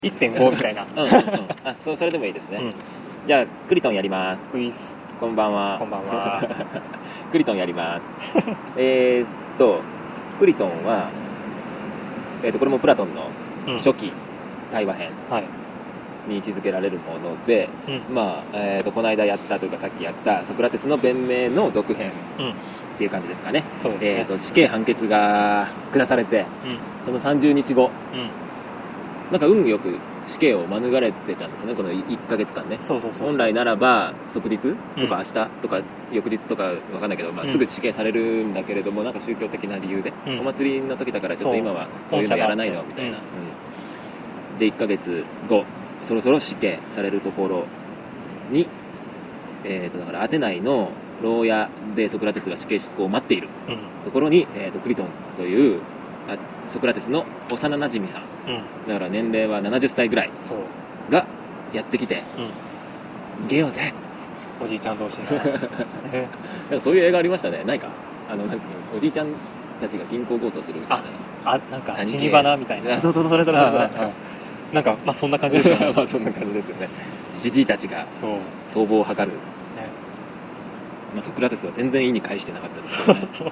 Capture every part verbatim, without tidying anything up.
いってんご みたいなうんうん、うん、あ そ, それでもいいですね、うん、じゃあクリトンやります。 ウィスこんばんは。 こんばんはクリトンやりますえっとクリトンは、えー、とこれもプラトンの初期、うん、対話編に位置づけられるもので、うん、まあ、えー、とこの間やったというかさっきやったソクラテスの弁明の続編、うん、っていう感じですかね。 そうですね。 えー、と死刑判決が下されて、うん、そのさんじゅうにちご、うん、なんか運よく死刑を免れてたんですね、このいっかげつかんね。 そうそうそうそう。 本来ならば即日とか明日とか翌日とか分かんないけど、まあ、すぐ死刑されるんだけれども、うん、なんか宗教的な理由で、うん、お祭りの時だからちょっと今はそういうのやらないのみたいな、うん、でいっかげつごそろそろ死刑されるところに、えー、とだからアテナイの牢屋でソクラテスが死刑執行を待っているところに、えー、とクリトンというソクラテスの幼なじみさん、うん、だから年齢はななじゅっさいぐらいがやってきて、うん、逃げようぜおじいちゃん同士なんかそういう映画ありましたね。ないか、あのなんかおじいちゃんたちが銀行強盗するみたいな、 ああなんか死に花みたいな、 そうそうそうそれそれそれなんかまあそんな感じですよねまあそんな感じですよね。じじいたちが逃亡を図る、ね、まあ、ソクラテスは全然意に介してなかったですよねびっ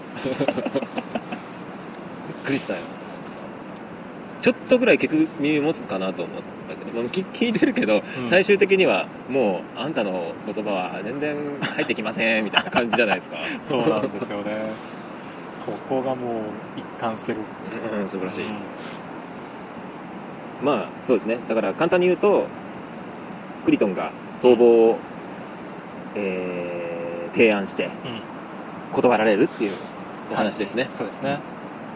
くりしたよ。ちょっとぐらい聞く耳持つかなと思ったけど、聞, 聞いてるけど、うん、最終的にはもうあんたの言葉は全然入ってきませんみたいな感じじゃないですかそうなんですよねここがもう一貫してる、 うん、素晴らしい、うん、まあそうですね。だから簡単に言うとクリトンが逃亡を、えー、提案して断られるっていうお話ですね、はい、 そうですね。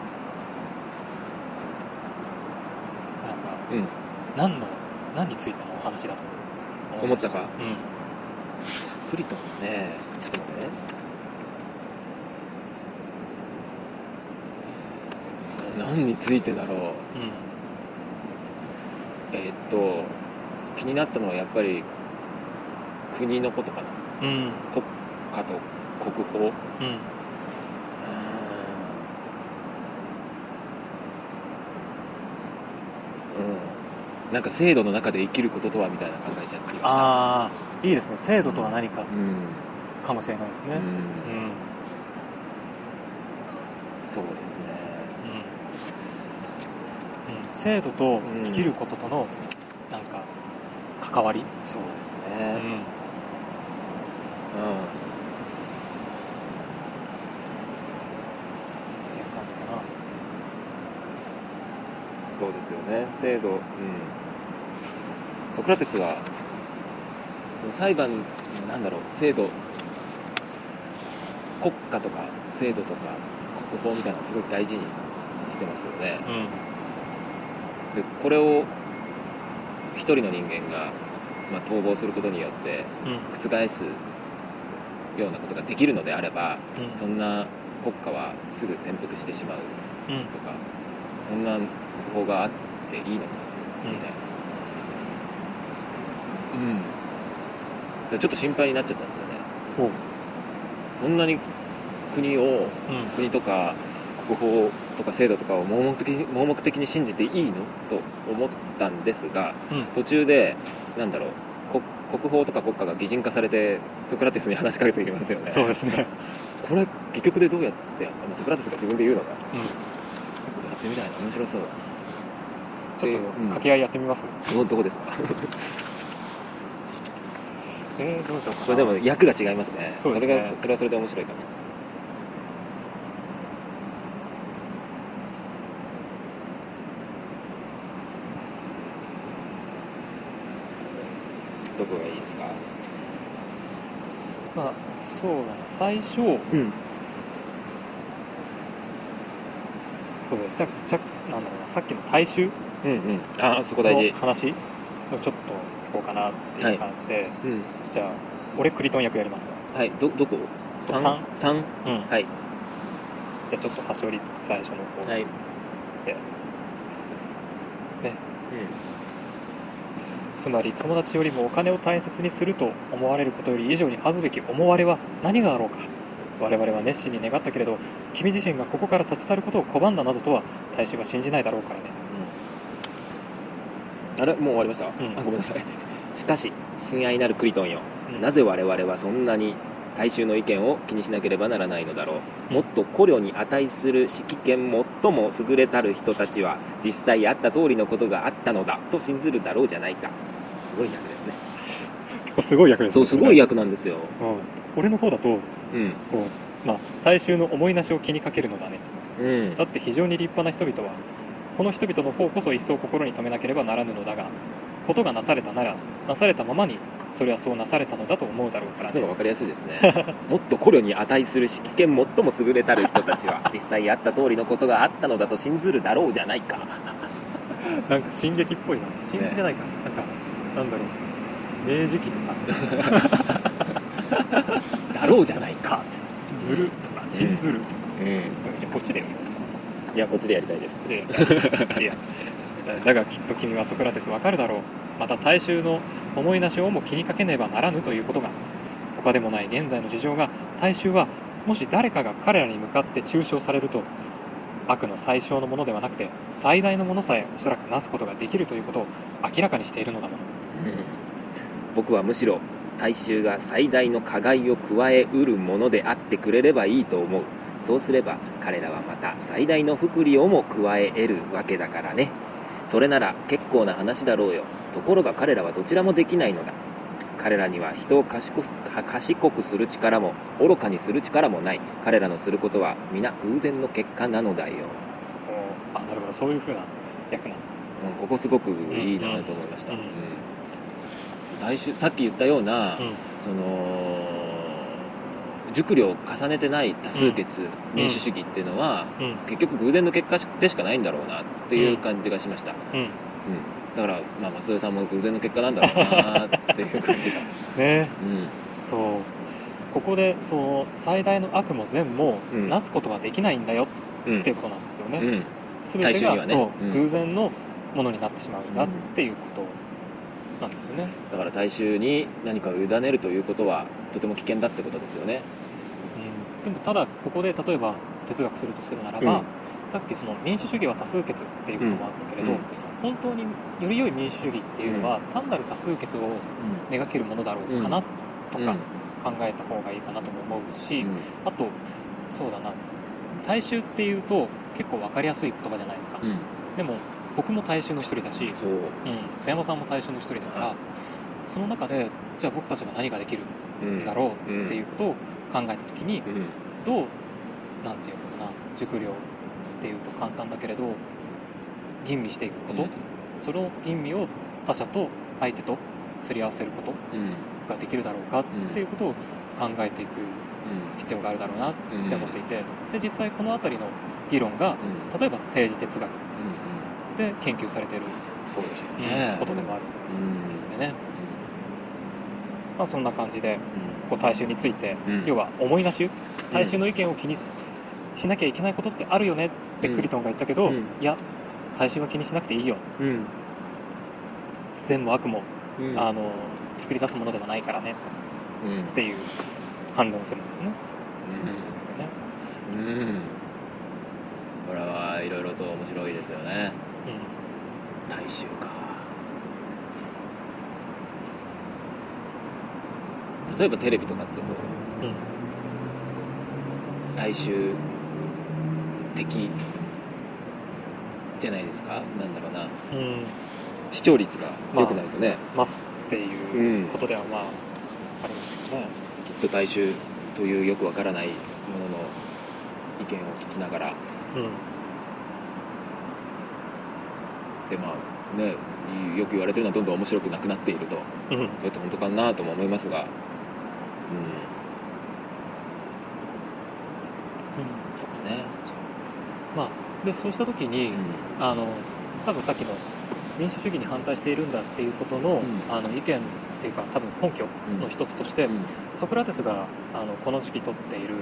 なんか、うん、何の何についてのお話だと思ったか、うん、クリトンね、ちょっと待ってね、何についてだろう、うん、えー、っと気になったのはやっぱり国のことかな、うん、国家と国法、うん、なんか制度の中で生きることとはみたいな考えちゃっていました。 ああ、いいですね。制度とは何か、うん、かもしれないですね、うんうん、 そうですね、 うんうん、制度と生きることとのなんか関わり、 そうですね、うん、うん、そうですよね。制度、うん、ソクラテスは裁判なんだろう、制度、国家とか制度とか国法みたいなのをすごい大事にしてますよね、うん、でこれを一人の人間が、まあ、逃亡することによって覆すようなことができるのであれば、うん、そんな国家はすぐ転覆してしまうとか、うん、そんな国法があっていいのかみたいな、うんうん、ちょっと心配になっちゃったんですよね。そんなに国を、うん、国とか国法とか制度とかを盲目的に、盲目的に信じていいのと思ったんですが、うん、途中でなんだろう、国法とか国家が擬人化されてソクラテスに話しかけていますよね。 そうですねこれ戯曲でどうやってソクラテスが自分で言うのか、うん、やってみたいな、面白そうだ。 ちょっと掛け合いやってみます、 うん、どこですかえー、どうしようかな。 これでも役が違いますね。 そうですね。 それがそれはそれで面白いかも。どこがいいですか。 まあそうだな、最初、うん、そうです、さっきさなんだろうな、さっきの大衆、 うんうん、あそこ大事の話をちょっと聞こうかなっていう感じで、はい、うん、じゃあ俺クリトン役やりますわ。はい、どどこ？ さんさん、うん、はい。 じゃあちょっと端折りつつ最初の方で、はい、ね、うん、つまり友達よりもお金を大切にすると思われることより以上に恥ずべき思われは何があろうか。我々は熱心に願ったけれど、君自身がここから立ち去ることを拒んだなどとは大衆は信じないだろうからね。 あれもう終わりました、 うん、 あごめんなさいしかし親愛なるクリトンよ、 うん、 なぜ我々はそんなに大衆の意見を気にしなければならないのだろう。もっと考慮に値する識見最も優れたる人たちは実際あった通りのことがあったのだと信ずるだろうじゃないか。すごい役ですね。 結構すごい役ですね。 そうすごい役なんですよ、 うん、俺の方だと、 うんこうまあ、大衆の思いなしを気にかけるのだねと、 うん、 だって非常に立派な人々はこの人々の方こそ一層心に留めなければならぬのだが、ことがなされたならなされたままにそれはそうなされたのだと思うだろうから、ね、 そういうのが分かりやすいですねもっと考慮に値する識見最も優れたる人たちは実際あった通りのことがあったのだと信ずるだろうじゃないかなんか進撃っぽいな。進撃じゃないか、ね、なんかなんだろう明治期とかだろうじゃないかずるとか信ずる、 うん、うん、 じゃあこっちでよいやこっちでやりたいですいやだがきっと君はソクラテスわかるだろう。また大衆の思いなしをも気にかけねばならぬということが、他でもない現在の事情が、大衆はもし誰かが彼らに向かって中傷されると悪の最小のものではなくて最大のものさえおそらくなすことができるということを明らかにしているのだもの、 うん、僕はむしろ大衆が最大の加害を加えうるものであってくれればいいと思う。そうすれば彼らはまた最大の福利をも加え得るわけだからね。それなら結構な話だろうよ。ところが彼らはどちらもできないのだ。彼らには人を賢くする力も愚かにする力もない。彼らのすることは皆偶然の結果なのだよ。 あ、なるほど、そういう風な役な、 うん、ここすごくいいなと思いました、うんうんうん、大衆さっき言ったような、うん、その熟慮を重ねてない多数決、うん、民主主義っていうのは、うん、結局偶然の結果でしかないんだろうなっていう感じがしました、うんうん、だから、まあ、松添さんも偶然の結果なんだろうなっていう感じがね、うん、そうここでその最大の悪も善もなすことができないんだよっていうことなんですよね、うんうん、全てが、ね、そう、うん、偶然のものになってしまうんだっていうことなんですよね。 だから大衆に何かを委ねるということはとても危険だってことですよね、 うん、でもただここで例えば哲学するとするならば、うん、さっきその民主主義は多数決っていうこともあったけれど、うん、本当により良い民主主義っていうのは、うん、単なる多数決をめがけるものだろうかなとか考えた方がいいかなとも思うし、あとそうだな、大衆っていうと結構分かりやすい言葉じゃないですか、でも僕も大衆の一人だし、そう、うん、須山さんも大衆の一人だから、その中でじゃあ僕たちは何ができるんだろうっていうことを考えた時に、うん、どうなんていうのかな、熟慮っていうと簡単だけれど吟味していくこと、うん、その吟味を他者と相手とすり合わせることができるだろうかっていうことを考えていく必要があるだろうなって思っていて、で実際この辺りの議論が例えば政治哲学で研究されていることでもあるのでね、まあ、そんな感じでこう大衆について、要は思いなし大衆の意見を気に し, しなきゃいけないことってあるよねってクリトンが言ったけど、いや大衆は気にしなくていいよ、善も悪も、あの作り出すものではないからねっていう反論をするんですね。 うん、うん、これはいろいろと面白いですよね、うん、大衆か。例えばテレビとかってこう、うん、大衆的じゃないですか。なんだろうな、うん、視聴率が良くなるとね、 まあ、ますっていうことではまあ、うん、ありますよね。 きっと大衆というよくわからないものの意見を聞きながら、うん、でまあね、よく言われてるのはどんどん面白くなくなっていると、うん、それって本当かなとも思いますが、うん、とかね、 まあでそうした時に、うん、あの多分さっきの民主主義に反対しているんだっていうことの、うん、あの意見っていうか多分根拠の一つとして、うん、ソクラテスがあのこの時期取っている、うん、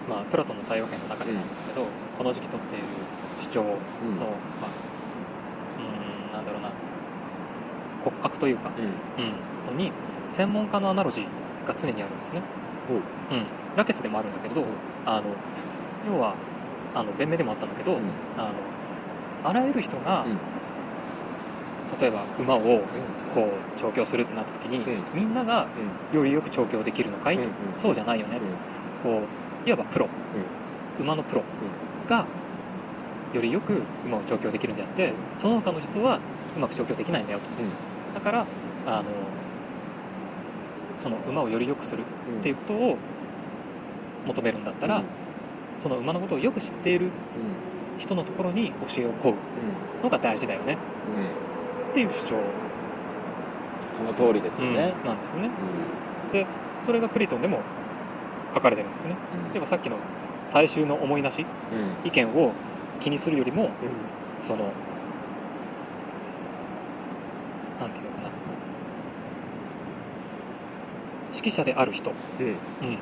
まあ、プラトンの対話編の中でなんですけど、うん、この時期取っている主張の、うん、まあ、うん、なんだろうな、骨格というか、うんうん、のに専門家のアナロジーが常にあるんですね、うん、ラケスでもあるんだけど、あの要はあの弁明でもあったんだけど、うん、あのあらゆる人が、うん、 例えば馬をこう調教するってなった時に、 うんみんながよりよく調教できるのかい、 うんうんそうじゃないよね、 うんこういわばプロ、馬のプロがよりよく馬を調教できるんであってその他の人はうまく調教できないんだよと。だからあのその馬をより良くするうんっていうことを求めるんだったら、 うんその馬のことをよく知っている人のところに教えを請うのが大事だよねうんうんっていう主張、 その通りですよね。 なんですよね。 うんでそれがクリトンでも書かれてるんですね。例えばさっきの大衆の思いなしうん意見を気にするよりもそのなんていうのかな、指揮者である人、 うんうんうん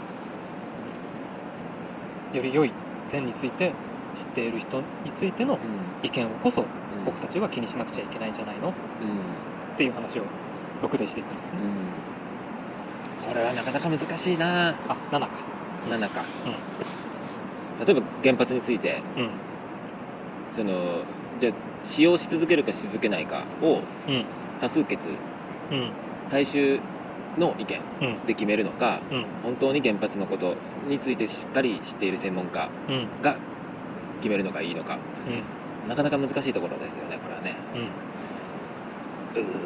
より良い善について知っている人についての意見をこそ僕たちは気にしなくちゃいけないんじゃないのうんっていう話をろくでしていくんですね。 うんこれはなかなか難しいな。 あ、ななか。 ななか、例えば原発についてうんうんそのじゃあ使用し続けるかし続けないかをうん多数決うん大衆の意見うんで決めるのか、 うん本当に原発のことについてしっかり知っている専門家うんが決めるのがいいのか、 うんなかなか難しいところですよね、これはね。 うんうー考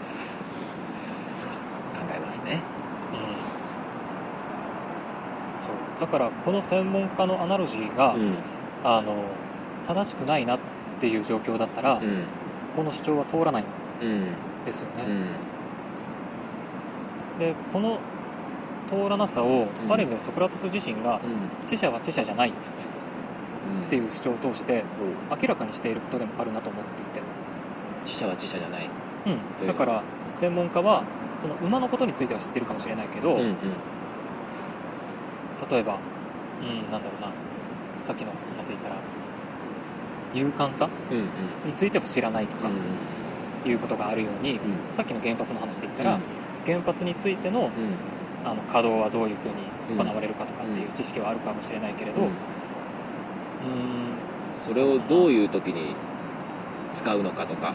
えますね。 そうだからこの専門家のアナロジーが、 うんあの正しくないなっていう状況だったら、 うんこの主張は通らないんうんですよね。 うんでこの通らなさを、 うんある意味でソクラテス自身がうん知者は知者じゃないっうんていう主張を通してお明らかにしていることでもあるなと思っていて、 知者は知者じゃない。 うん、だから専門家はその馬のことについては知ってるかもしれないけど、 うんうん例えば、うん、なんだろうな、さっきの話で言ったら勇敢さうんうんについては知らないとかうんいうことがあるように、 うんさっきの原発の話で言ったら、 うん原発についてのうんあの稼働はどういうふうに行われるかとかっていう知識はあるかもしれないけれど、 ううんん、 それをどうういう時に使うのかとか、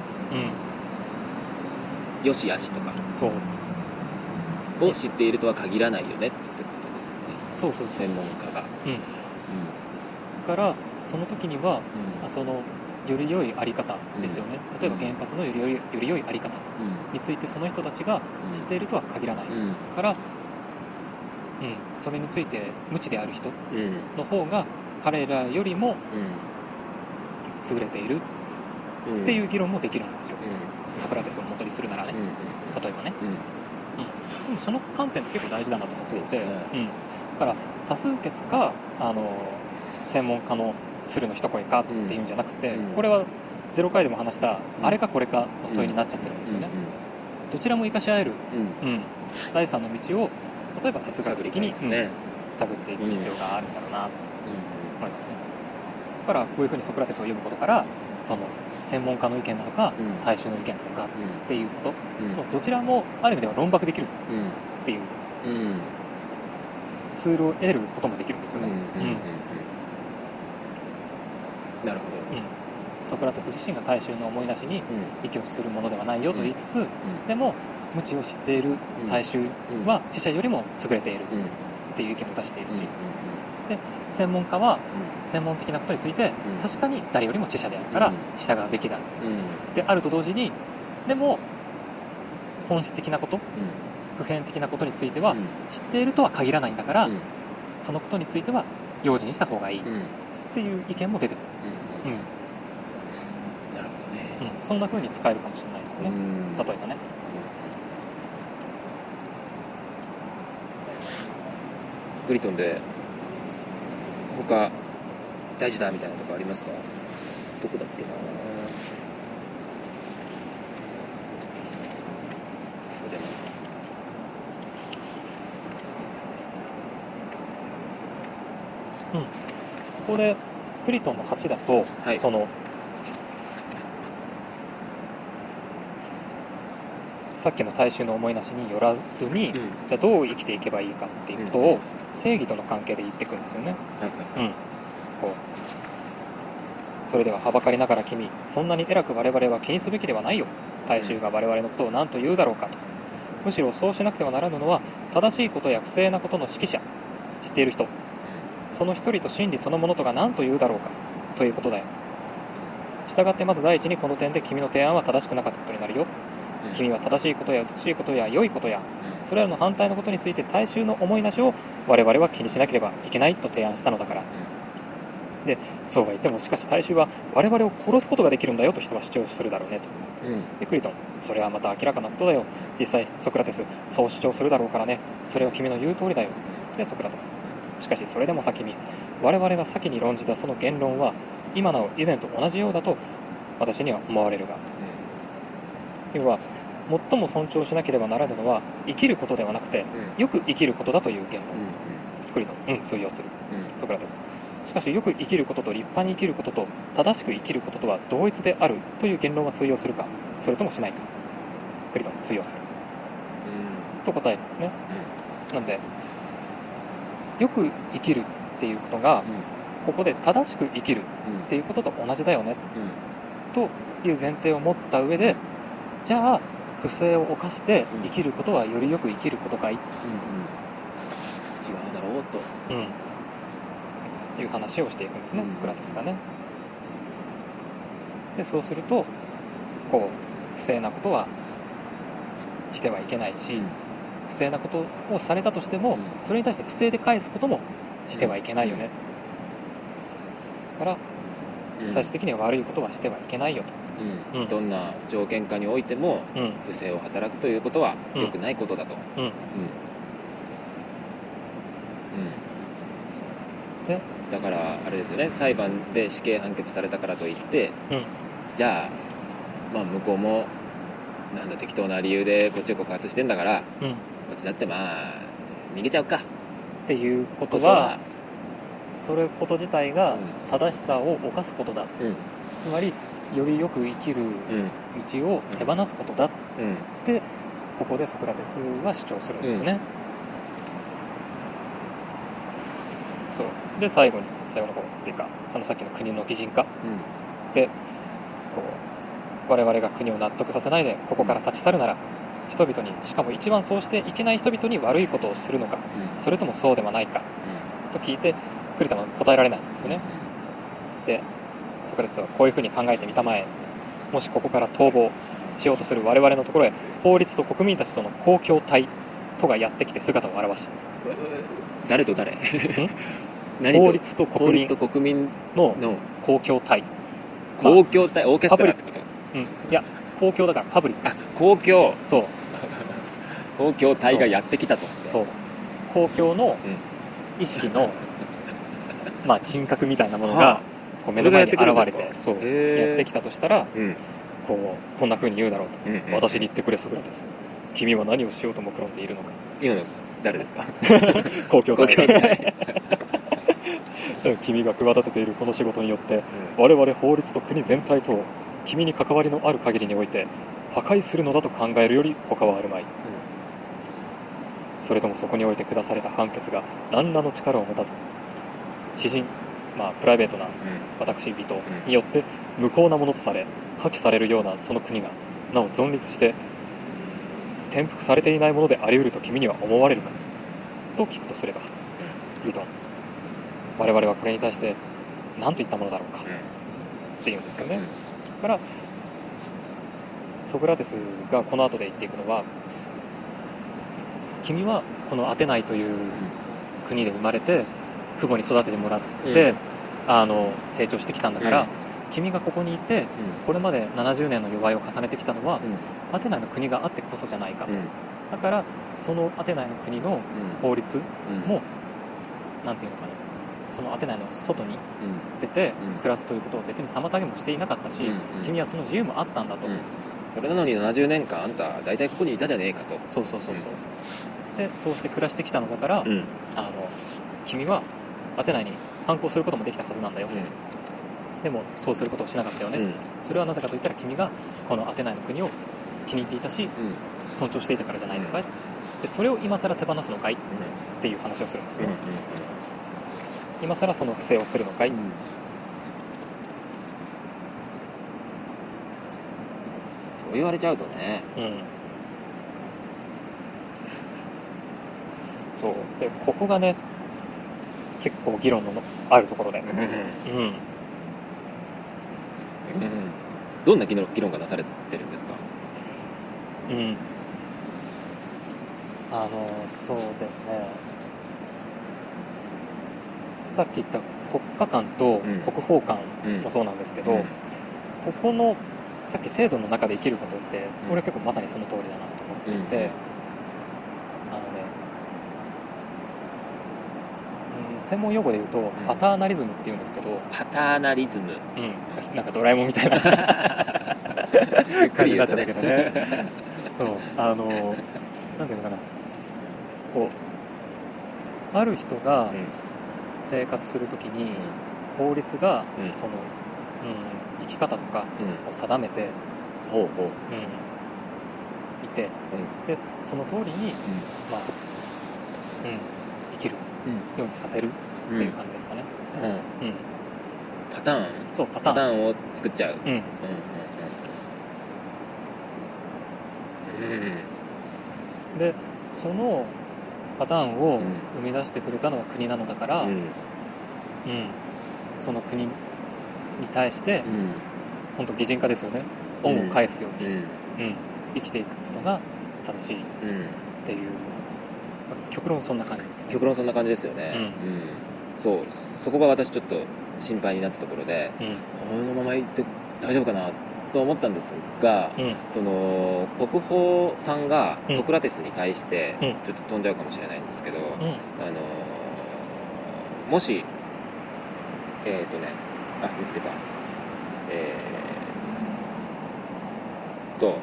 うん、 よしあしとかそうを知っているとは限らないよねってことですよね、 そうそうそう、 専門家が。 うん、だからその時にはうんそのより良いあり方ですよね、 うん例えば原発のより良いより良いあり方うについてその人たちが知っているとは限らないんうんから、うん、それについて無知である人うんの方が彼らよりも優れているうんっていう議論もできるんですよ、 うんソクラテスを元にするならね、 うん例えばね、 うんうん、でもその観点って結構大事だなと思っていて、 そうですねうん、だから多数決かあの専門家の鶴の一声かっていうんじゃなくて、 うんこれはゼロ回でも話した、 うんあれかこれかの問いになっちゃってるんですよね、どちらも生かし合える、 うんうんうん、第三の道を例えば哲学的に、 ですね、 うん探っていく必要があるんだろうなとう思いますね。だからこういうふうにソクラテスを読むことからその専門家の意見なのか、 うん大衆の意見なのかんっていうこと、 うんどちらもある意味では論駁できるうんっていううんうんツールを得ることもできるんですよね、 うんうんうんなるほど。 うんソクラテス自身が大衆の思いなしにうん依拠するものではないよと言いつつ、 うんでも無知を知っている大衆は知者よりも優れているうんっていう意見を出しているし、 うん専門家はう専門的なことについてん確かに誰よりも知者であるからうん従うべきだんうんであると同時に、でも本質的なことうん普遍的なことについてはうん知っているとは限らないんだから、 うんそのことについては用心にした方がいいっうんていう意見も出てくる、 うんうんなるほどね。 うん、そんな風に使えるかもしれないですね、 うん例えばね。 クリトンで他大事だみたいなとこありますか？どこだっけな。ここでうん、ここでクリトンのはちだと、 はいそのさっきの大衆の思いなしによらずに、 うんじゃあどう生きていけばいいかっていうことを正義との関係で言ってくるんですよね。 はいはいうん、こうそれでははばかりながら君、そんなに偉く我々は気にすべきではないよ。 大衆が我々のことを何と言うだろうかと。むしろそうしなくてはならぬのは、正しいことや不正なことの識者、知っている人、その一人と真理そのものとが何と言うだろうかということだよ。したがってまず第一にこの点で君の提案は正しくなかったことになるよ。君は正しいことや美しいことや良いことやそれらの反対のことについて大衆の思いなしを我々は気にしなければいけないと提案したのだから。で、そうは言ってもしかし大衆は我々を殺すことができるんだよと人は主張するだろうねと。 うんでクリトン、それはまた明らかなことだよ。実際ソクラテスそう主張するだろうからね。それは君の言う通りだよ。でソクラテス、しかしそれでもさ君、我々が先に論じたその言論は今なお以前と同じようだと私には思われるが、要は最も尊重しなければならぬのは生きることではなくて、 うんよく生きることだという言論。 うんクリトン、うん、通用する。 うんソクラテス、しかしよく生きることと立派に生きることと正しく生きることとは同一であるという言論は通用するか、それともしないか。クリトン、通用すると答えるんですね。なのでよく生きるっていうことがここで正しく生きるっていうことと同じだよねという前提を持った上で、じゃあ不正を犯して生きることはよりよく生きることかい、 違うだろうと、 うん、いう話をしていくんですね、 うんソクラテスがね。でそうするとこう不正なことはしてはいけないし、不正なことをされたとしても、 うんそれに対して不正で返すこともしてはいけないよね、だからうん最終的には悪いことはしてはいけないようんうんどんな条件下においてもと。うん不正を働くということはうん良くないことだと、 うんうんでだからあれですよね、裁判で死刑判決されたからといってうんじゃあ、まあ、向こうもなんだ適当な理由でこっちを告発してんだからうんこっちだってまあ逃げちゃうかっていうここととはは、 それこと自体が正しさを犯すことだ、 うんつまりよりよく生きるうん道を手放すことだっうんてここでソクラテスは主張するんですね、そうで最後に最後の方っていうかそのさっきの国の擬人化でこう我々が国を納得させないでここから立ち去るなら人々にしかも一番そうしていけない人々に悪いことをするのかうんそれともそうではないかと聞いてクリタは答えられないんですよね。でソクラテスはこういうふうに考えてみたまえ、もしここから逃亡しようとする我々のところへ法律と国民たちとの公共体とがやってきて姿を現し、 誰と誰何と法律と国民法律と国民のの公共体、 公共体、オーケストラってことうん、いや公共だからパブリック、 あ公共そう公共体がやってきたとしてそう公共の意識の、まあ、人格みたいなものはがこう目の前に現それがやっれててくるんですかそうへーやってきたとしたらうんこうこんな風に言うだろうと、 うんうん私に言ってくれソクラテス、君は何をしようと目論んでいるのか。 今の誰ですか公共公体共体君が企てているこの仕事によって我々法律と国全体と君に関わりのある限りにおいて破壊するのだと考えるより他はあるまい。それともそこにおいて下された判決が何らの力を持たず私人、まあプライベートな私人によって無効なものとされ破棄されるようなその国がなお存立して転覆されていないものであり得ると君には思われるかと聞くとすれば、リトン、我々はこれに対して何といったものだろうかっていうんですよね。だからソクラテスがこの後で言っていくのは、君はこのアテナイという国で生まれて父母に育ててもらって、 うんあの成長してきたんだから、 うん君がここにいてこれまでななじゅうねんの弱いを重ねてきたのは、アテナイの国があってこそじゃないか、 うんだからそのアテナイの国の法律も、なんていうのかな、そのアテナイの外に出てうん暮らすということを別に妨げもしていなかったし、 うんうん君はその自由もあったんだと、 うんそれなのにななじゅうねんかんあんた大体ここにいたじゃねえかと。 そうそうそうそう、でそうして暮らしてきたのだから、 うんあの君はアテナイに反抗することもできたはずなんだよ、でもそうすることをしなかったよね、 うんそれはなぜかといったら君がこのアテナイの国を気に入っていたしうん尊重していたからじゃないのかい、でそれを今更手放すのかいっていう話をするんですよ、今更その不正をするのかい、 そうそう言われちゃうとね、 うん、そうでここがね結構議論のあるところで、うんうんうん、どんな議論、議論がなされてるんですか？ うん、あのそうですね、さっき言った国家観と国宝観もそうなんですけど、うんうん、ここのさっき制度の中で生きることって、うん、俺は結構まさにその通りだなと思っていて、うん、あのね、うん、専門用語で言うと、うん、パターナリズムって言うんですけど、 パターナリズム、 うん、なんかドラえもんみたいな感じになっちゃったけどねそうあのなんていうのかな、こうある人が生活するときに法律がその、うん、生き方とかを定めて、 うん、ほうほう、うん、 いて、うん、でその通りに、うん、まあ、うん、生きるようにさせるっていう感じですかね。うんうんうん、 パターン、 そうパターン、 パターンを作っちゃう。うんうんうんうん、でそのパターンを生み出してくれたのは国なのだから、うんうん、その国に対して、うん、本当擬人化ですよね、恩を返すように、うんうん、生きていくことが正しいっていう、うん、極論そんな感じですね。 極論そんな感じですよね、うんうん、そうそこが私ちょっと心配になったところで、うん、このままいって大丈夫かなと思ったんですが、うん、その国宝さんがソクラテスに対して、うん、ちょっと飛んじゃうかもしれないんですけど、うん、あのもしえっ、ー、とねあ見つけたえー、と、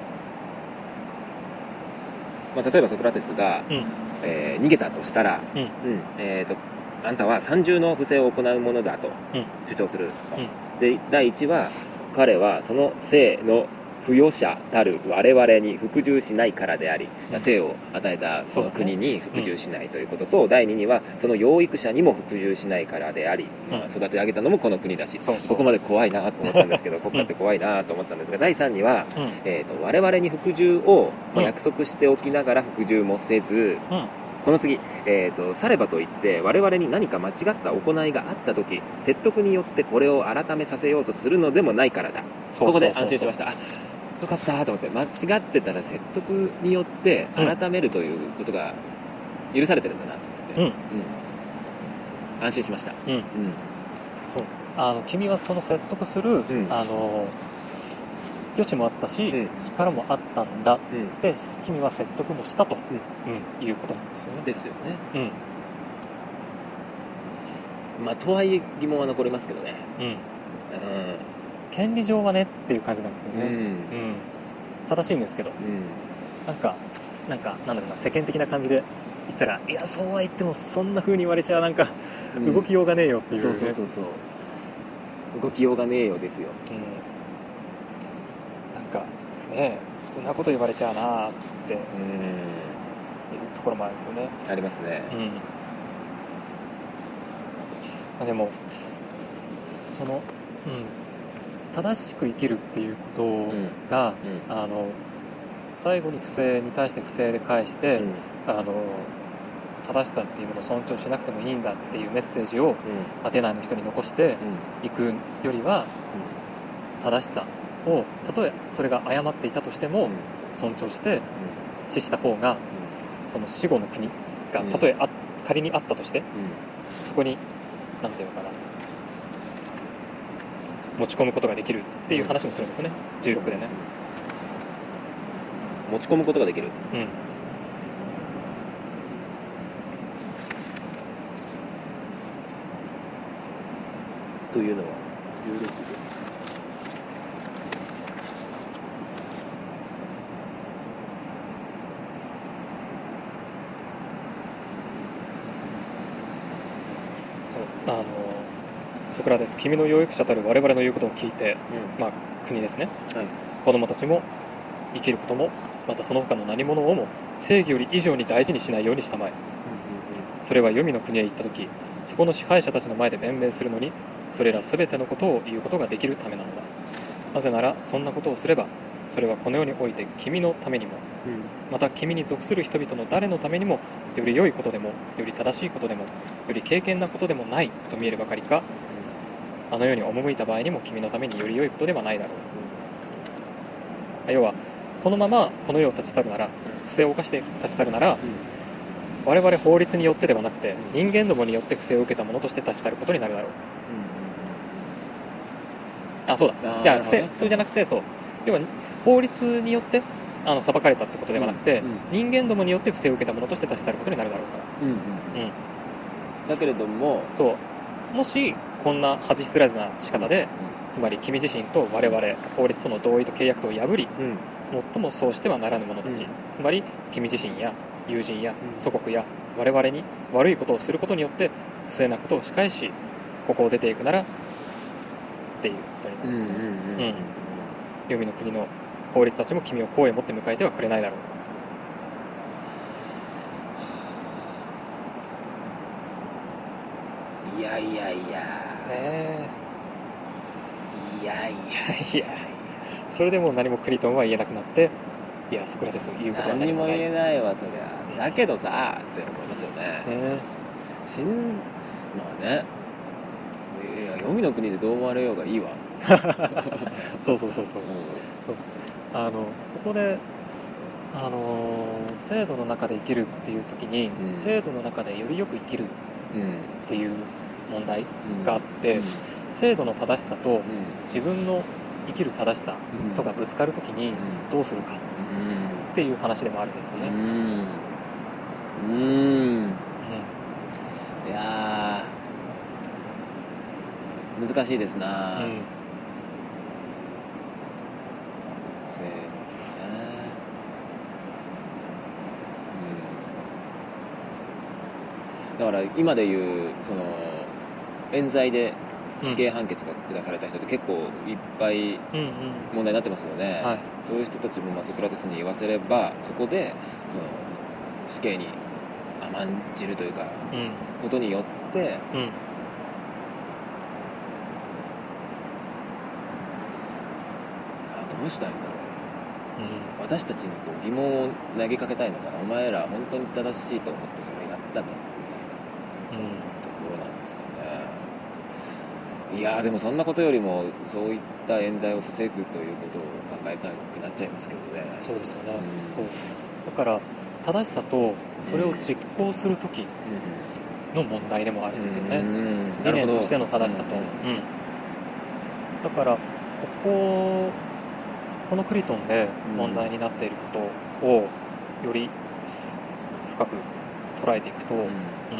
まあ、例えばソクラテスが、うんえー、逃げたとしたら、うんうんえー、とあんたは三重の不正を行うものだと主張すると、うん、でだいいちは彼はその生の付与者たる我々に服従しないからであり、うん、生を与えたその国に服従しないということと、うん、だいににはその養育者にも服従しないからであり、うんまあ、育て上げたのもこの国だし、そうそうここまで怖いなと思ったんですけど国家って怖いなと思ったんですが、だいさんには、うんえー、と我々に服従を、まあ、約束しておきながら服従もせず、うんこの次、えーと、さればといって我々に何か間違った行いがあったとき説得によってこれを改めさせようとするのでもないからだ。ここで安心しました。あ、よかったと思って、間違ってたら説得によって改めるということが許されてるんだなと思って、うんうん、安心しました、うんうん、 そうあの君はその説得する、うん、あの余地もあったし、うん、力もあったんだ、うん、で君は説得もしたと、うんうん、いうことなんですよね。 ですよね、うん、まあとはいえ疑問は残りますけどね、うんうん、 権利上はねっていう感じなんですよね、うんうん、正しいんですけど、うん、なんかなんかなんだろうな世間的な感じで言ったらいやそうは言ってもそんな風に言われちゃなんか動きようがねえよっていう、ねうん、そうそうそうそう動きようがねえよですよ、うんなんかねこんなこと言われちゃうなっていうところもあるんですよね。 ありますね、うんまあ、でもその、うん、正しく生きるっていうことが、うんうん、あの最後に不正に対して不正で返して、うん、あの正しさっていうものを尊重しなくてもいいんだっていうメッセージを、うん、アテナイの人に残していくよりは、うん、正しさをたとえそれが誤っていたとしても尊重して死した方がその死後の国がたとえあ仮にあったとしてそこになんていうのかな持ち込むことができるっていう話もするんですよねじゅうろくでね。 持ち込むことができる、うんというのはじゅうろくであのソクラテス君の養育者たる我々の言うことを聞いて、うんまあ、国ですね、はい、子供たちも生きることもまたその他の何者をも正義より以上に大事にしないようにしたまえ、うんうんうん、それは黄泉の国へ行った時そこの支配者たちの前で弁明するのにそれら全てのことを言うことができるためなのだ。なぜならそんなことをすればそれはこの世において君のためにも、また君に属する人々の誰のためにもより良いことでもより正しいことでもより敬虔なことでもないと見えるばかりか、あの世に赴いた場合にも君のためにより良いことではないだろう。要はこのままこの世を立ち去るなら、不正を犯して立ち去るなら、我々法律によってではなくて人間どもによって不正を受けたものとして立ち去ることになるだろう。あ、そうだ。じゃあ不正、不正じゃなくて、そう、要は法律によってあの裁かれたってことではなくて、うんうん、人間どもによって不正を受けたものとして立ち去ることになるだろうから、うんうんうん、 だけれども、 そうもしこんな恥知らずな仕方で、うん、つまり君自身と我々法律との同意と契約とを破り、うん、最もそうしてはならぬ者たち、うん、つまり君自身や友人や祖国や我々に悪いことをすることによって不正なことを仕返しここを出ていくならっていうことになる、うんうんうんうん、黄泉の国の法律たちも君を公へ持って迎えてはくれないだろう。いやいやいやねえいやいやいやそれでもう何もクリトンは言えなくなって、いやソクラテス言うことは何も言えないわそりゃ、うん、だけどさって思いますよね。 ねしんまあね、いや黄泉の国でどう思われようがいいわそうそうそうそう、うん、そうあのここであのー、制度の中で生きるっていう時に、うん、制度の中でよりよく生きるっていう問題があって、うん、制度の正しさと自分の生きる正しさとかぶつかる時にどうするかっていう話でもあるんですよね。うん、 うんうん、いや難しいですな、うん、制度ね、うん、だから今でいうその冤罪で死刑判決が下された人って結構いっぱい問題になってますよね、うんうんはい、そういう人たちもまあソクラテスに言わせればそこでその死刑に甘んじるというか、うん、ことによって、うん、あどうしたいんだろう、うん、私たちにこう疑問を投げかけたいのかな、お前ら本当に正しいと思ってそれやったと、うん、ところなんですかね。いやでもそんなことよりもそういった冤罪を防ぐということを考えたくなっちゃいますけどね。 そうですよね、うん、そうだから正しさとそれを実行する時の問題でもあるんですよね、うんうん、理念としての正しさと、うんうん、だからこここのクリトンで問題になっていることをより深く捉えていくと、うんうん、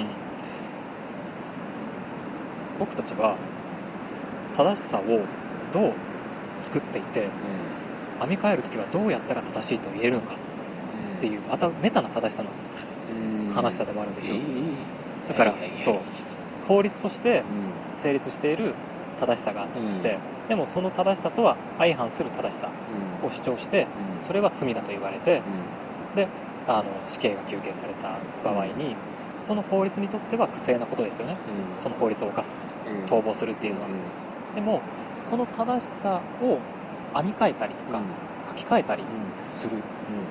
僕たちは正しさをどう作っていて、うん、編み替えるときはどうやったら正しいと言えるのかっていう、またメタな正しさの話さでもあるんですよ、うん、だから、はいはいはい、そう法律として成立している正しさがあったとして、うん、でもその正しさとは相反する正しさを主張して、うん、それは罪だと言われて、うん、であの死刑が求刑された場合に、うん、その法律にとっては不正なことですよね、うん、その法律を犯す、逃亡するっていうのは、でもその正しさを編み替えたりとか、うん、書き換えたりする、うんうん、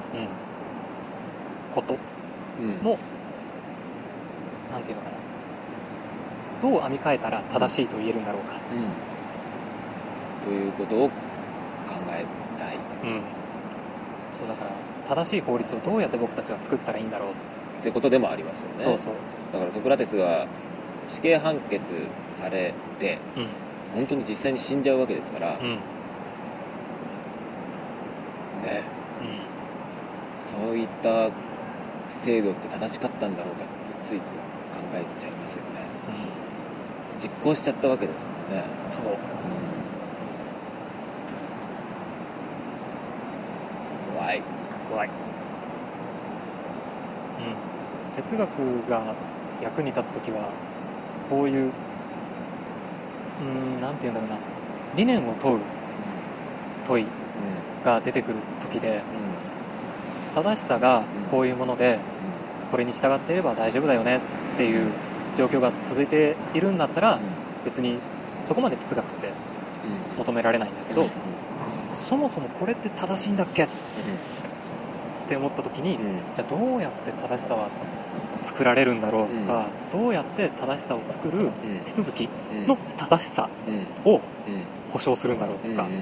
ことの、うん、なんていうのかな、どう編み替えたら正しいと言えるんだろうか、 うん、ということを考えたい、うん、 そうだから正しい法律をどうやって僕たちは作ったらいいんだろうってことでもありますよね。 そうそう、だからソクラテスが死刑判決されて、うん本当に実際に死んじゃうわけですから、うん、ね、うん、そういった制度って正しかったんだろうかってついつい考えちゃいますよね、うん、実行しちゃったわけですもんね。 そう、うん、 怖い怖い、うん、哲学が役に立つときはこういううーんなんて言うんだろうな、理念を問う問いが出てくる時で、うん、正しさがこういうもので、うん、これに従っていれば大丈夫だよねっていう状況が続いているんだったら、うん、別にそこまで哲学って求められないんだけど、 そもそもこれって正しいんだっけって思った時に、 うんじゃあどうやって正しさは作られるんだろうとか、どうやって正しさを作る手続きの正しさをうん保証するんだろうとか、 うんうんうんうん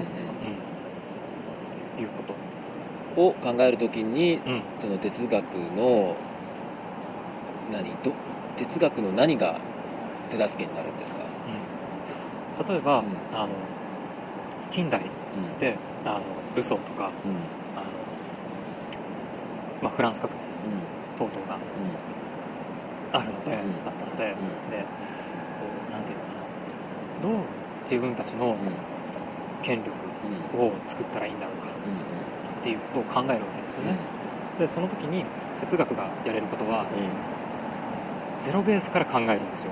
いうことを考えるときに、 うんその哲学の何ど哲学の何が手助けになるんですか？ 例えば、 うんあの近代うんであのルソーとかうんあの、まあ、フランス革命等々があるので、 んあったので、でこうなんていうのかな、どう自分たちのうんうん権力うんを作ったらいいんだろうかうんっていうことを考えるわけですよね。でその時に哲学がやれることはうんゼロベースから考えるんですよ。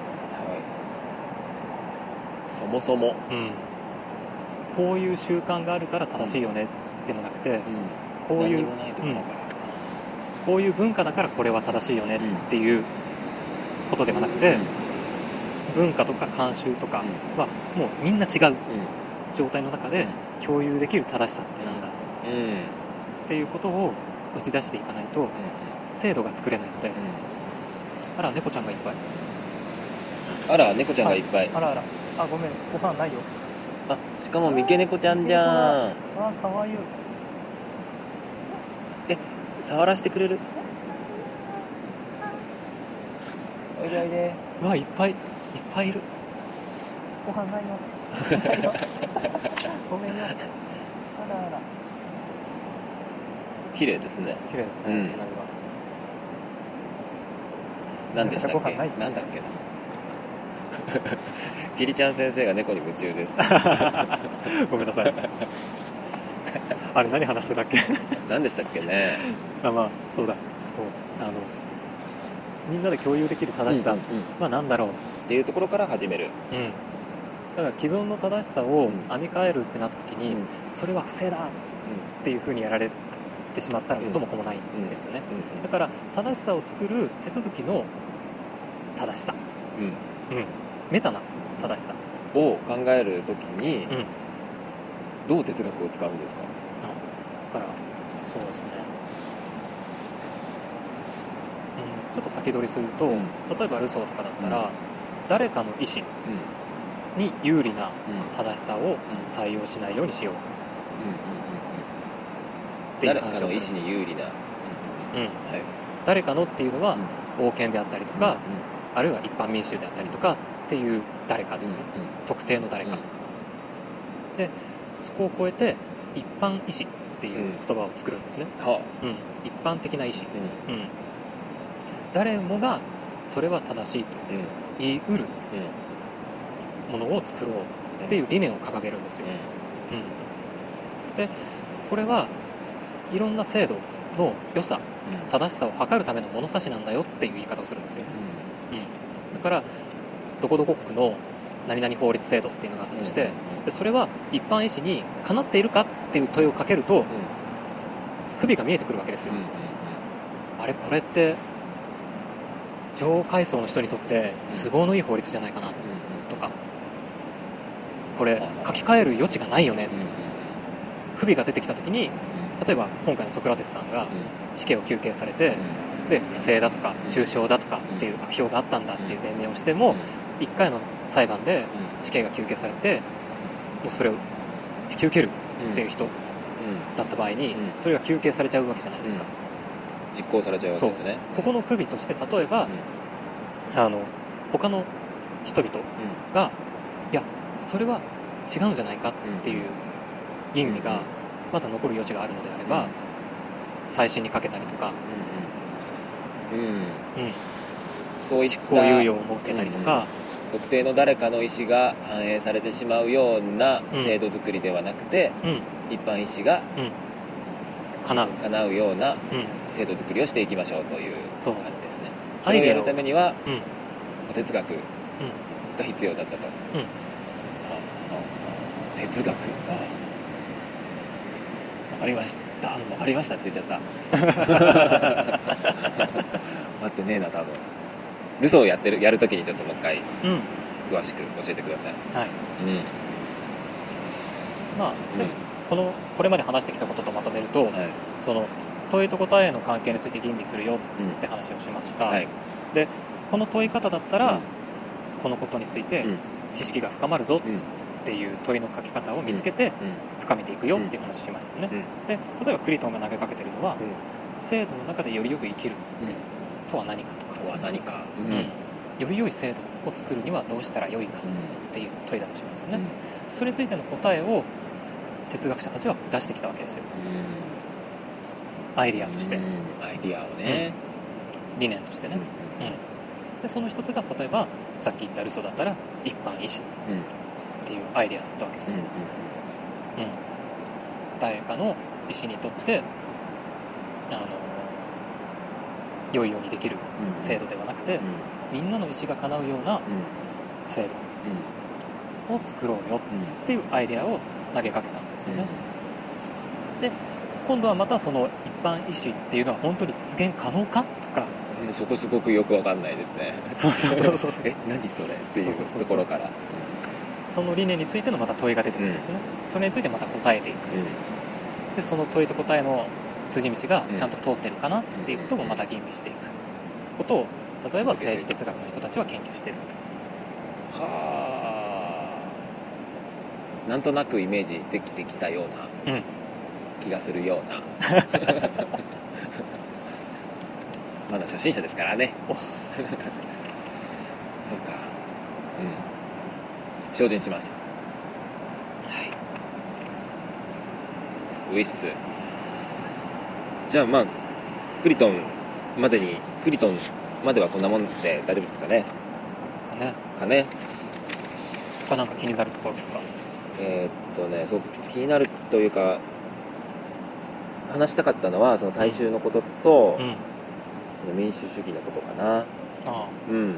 はいそもそもうんこういう習慣があるから正しいよねでもなくて、 うんこういう何もないところからこういう文化だからこれは正しいよねっていうことではなくて、文化とか慣習とかはもうみんな違う状態の中で共有できる正しさってなんだうんうんっていうことを打ち出していかないと制度が作れないので、あら猫ちゃんがいっぱい、 あら猫ちゃんがいっぱい、 あらあら、あごめんご飯ないよ、 あしかも三毛猫ちゃんじゃん。 あかわいい、 触らせてくれる？ おいでおいで、うわいっぱいいっぱいいる、ご飯ないよないよごめんよ、あらあら、 綺麗ですね。 綺麗ですね、 うん隣は何でしたっけ？ ご飯ないなんだっけな。キリちゃん先生が猫に夢中です。 ごめんなさいあれ何話してたっけ何でしたっけね。 あまあそうだそうあのみんなで共有できる正しさうんうんうんは何だろう、 っていうところから始める。 うんだから既存の正しさをうん編み替えるってなった時に、 うんそれは不正だっていう風にやられてしまったら元も子もないんですよね、だから正しさを作る手続きの正しさ、 うんうん、メタな正しさ、 うんを考えるときにうん、 どう哲学を使うんですか？ だからそうですね、うん、ちょっと先取りすると、 うん例えばルソーとかだったら、誰かの意思うんに有利なうん正しさを採用しないようにしようっていう誰かの意話をする。 思に有利な、 うん、 はい誰かのっていうのはうん王権であったりとか、あるいは一般民衆であったりとかっていう誰かですね、 うんうん特定の誰か、 うんでそこを超えて一般意思っていう言葉を作るんですね、 はうん、一般的な意思、 あうん、誰もがそれは正しいとうんうん言い得るうんものを作ろうっていう理念を掲げるんですよ、うん、でこれはいろんな制度の良さ正しさを測るための物差しなんだよっていう言い方をするんですよ、うん、だからどこどこ国の何々法律制度っていうのがあったとして、でそれは一般意思にかなっているかっていう問いをかけると不備が見えてくるわけですよ、あれこれって上階層の人にとって都合のいい法律じゃないかなとか、これ書き換える余地がないよね、不備が出てきた時に、例えば今回のソクラテスさんが死刑を求刑されて、で不正だとか中傷だとかっていう悪評があったんだっていう弁明をしても、いっかいの裁判で死刑が求刑されて、もうそれを引き受けるっていう人だった場合に、それが求刑されちゃうわけじゃないですか、 実行されちゃうわけですよね。 ここの不備として例えば、あの他の人々が、いやそれは違うんじゃないかっていう吟味がまだ残る余地があるのであれば、再審にかけたりとか、 うんうんうんうんそういった執行猶予を設けたりとか、 特定の誰かの意思が反映されてしまうような制度作りではなくて、 うん一般意思がうん叶う、 叶うようなうん制度作りをしていきましょうというそう感じですね。 アイデアをそれをやるためにはうん哲学うんが必要だったと、 うんああ哲学わかりましたわかりましたって言っちゃった待ってねえな多分ルソーをやってるやるときにちょっともう一回うん詳しく教えてください。 はい、 うんまあでうんこのこれまで話してきたこととまとめると、 はい、 その問いと答えの関係について吟味するよって話をしました、 うんはい、 でこの問い方だったら、 うん、 このことについて知識が深まるぞっていう問いの書き方を見つけて深めていくよっていう話しましたね、うんうん、で例えばクリトンが投げかけてるのは、うん、制度の中でよりよく生きるとは何かとか、 とは何か、うん、 より良い制度を作るにはどうしたらよいかっていう問いだとしますよね、うん、それについての答えを哲学者たちは出してきたわけですよ、うん、アイディアとして、うん、 アイディアをね、 うん、理念としてね、うんうん、でその一つが例えばさっき言ったルソーだったら一般意思っていうアイディアだったわけですよ、うんうん、誰かの意思にとってあの良いようにできる制度ではなくて、うん、みんなの意思が叶うような制度を作ろうよっていうアイデアを投げかけたんですよね、うん、で今度はまたその一般意思っていうのは本当に実現可能かとか、 うん、そこすごくよくわかんないですねそうそうそうえ何それっていうところからその理念についてのまた問いが出てくるんですね、うん、それについてまた答えていく、うん、でその問いと答えの筋道がちゃんと通ってるかなっていうこともまた吟味していくことを例えば政治哲学の人たちは研究してる。 はあ、なんとなくイメージできてきたような気がするような、うん、まだ初心者ですからねおっそっか、 うん、精進します。はいウィッスじゃあまあクリトンまでにクリトンまではこんなもんで大丈夫ですかねかねかね他なんか気になるところとかえー、っとねそう気になるというか話したかったのはその大衆のことと、うん、その民主主義のことかなああうん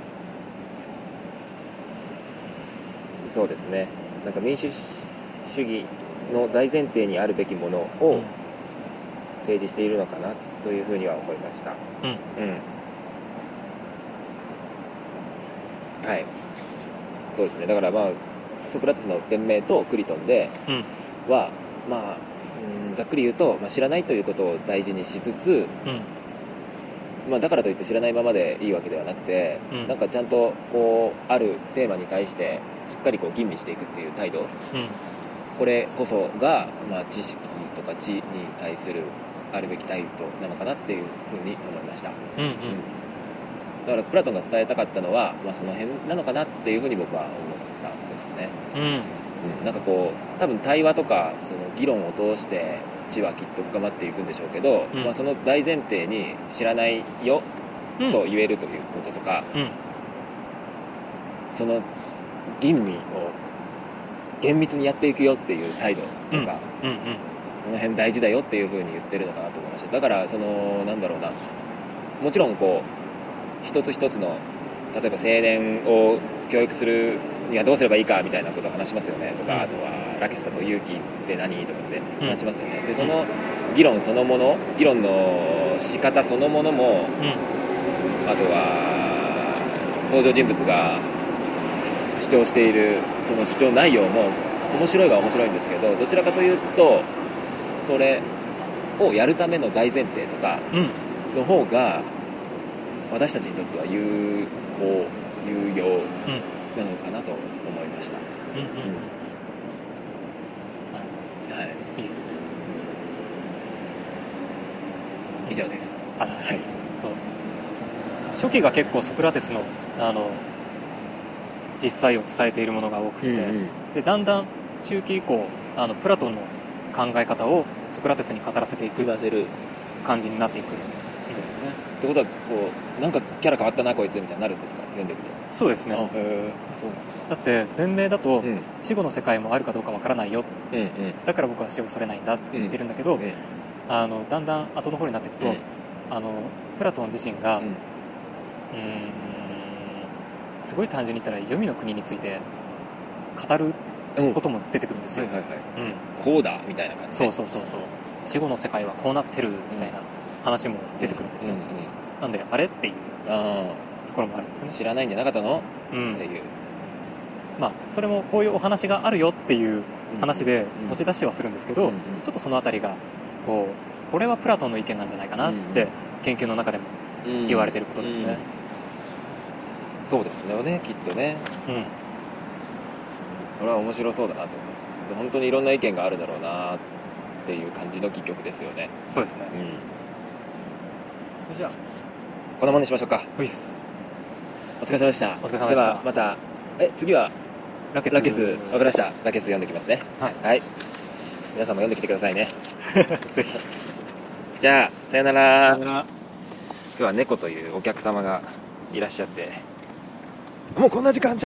そうですねなんか民主主義の大前提にあるべきものを、うん提示しているのかなというふうには思いました。うん。うん。はい。そうですね。だからまあソクラテスの弁明とクリトンでは、うん、まあ、うん、ざっくり言うと、まあ、知らないということを大事にしつつ、うん、まあだからといって知らないままでいいわけではなくて、うん、なんかちゃんとこうあるテーマに対してしっかりこう吟味していくっていう態度、うん、これこそがまあ知識とか知に対するあるべき態度なのかなっていうふうに思いました、うんうんうん、だからプラトンが伝えたかったのは、まあ、その辺なのかなっていうふうに僕は思ったんですね、うんうん、なんかこう多分対話とかその議論を通して知はきっと深まっていくんでしょうけど、うんまあ、その大前提に知らないよと言えるということとか、うん、その吟味を厳密にやっていくよっていう態度とか、うんうんうんその辺大事だよっていう風に言ってるのかなと思いました。だからそのなんだろうなもちろんこう一つ一つの例えば青年を教育するにはどうすればいいかみたいなことを話しますよねとか、うん、あとはラケスだと勇気って何とかって話しますよね、うん、でその議論そのもの議論の仕方そのものも、うん、あとは登場人物が主張しているその主張内容も面白いは面白いんですけどどちらかというとそれをやるための大前提とかの方が私たちにとっては有効有用なのかなと思いました、うんうんうん、はいいいですね以上です。 あ、はい、そう初期が結構ソクラテスのあの実際を伝えているものが多くて、うんうん、でだんだん中期以降あのプラトンの考え方をソクラテスに語らせていく感じになっていくんですよね。 ってことはこうなんかキャラ変わったなこいつみたいになるんですか読んでると。 そうですね。あへそうなんだ。だって弁明だと、うん、死後の世界もあるかどうかわからないよ、うんうん、だから僕は死を恐れないんだって言ってるんだけど、うんうん、あのだんだん後の方になっていくと、うん、あのプラトン自身が、うん、うーんすごい単純に言ったら黄泉の国について語ることも出てくるんですよ、うんはいはいはいうん、こうだみたいな感じでそうそうそうそう死後の世界はこうなってるみたいな話も出てくるんですよ、うんうんうん、なんであれっていうところもあるんですね。 知らないんじゃなかったの、 うん、 っていうまあそれもこういうお話があるよっていう話で持ち出しはするんですけど、 うんうん、 ちょっとそのあたりがこうこれはプラトンの意見なんじゃないかなって研究の中でも言われていることですね、うんうん、 そうですよね、きっとね、うん、それは面白そうだなと思います。本当にいろんな意見があるだろうなっていう感じの戯曲ですよね。 そうですね、うん、じゃあこんなもんにしましょうか。 ほいっす。 お疲れ様でした。 お疲れ様でした。 ではまたえ次はラケス。ラケス分かりました。ラケス読んできますね。はい、はい、皆さんも読んできてくださいねぜひ。じゃあさよなら。さよなら。今日は猫というお客様がいらっしゃって、もうこんな時間じゃ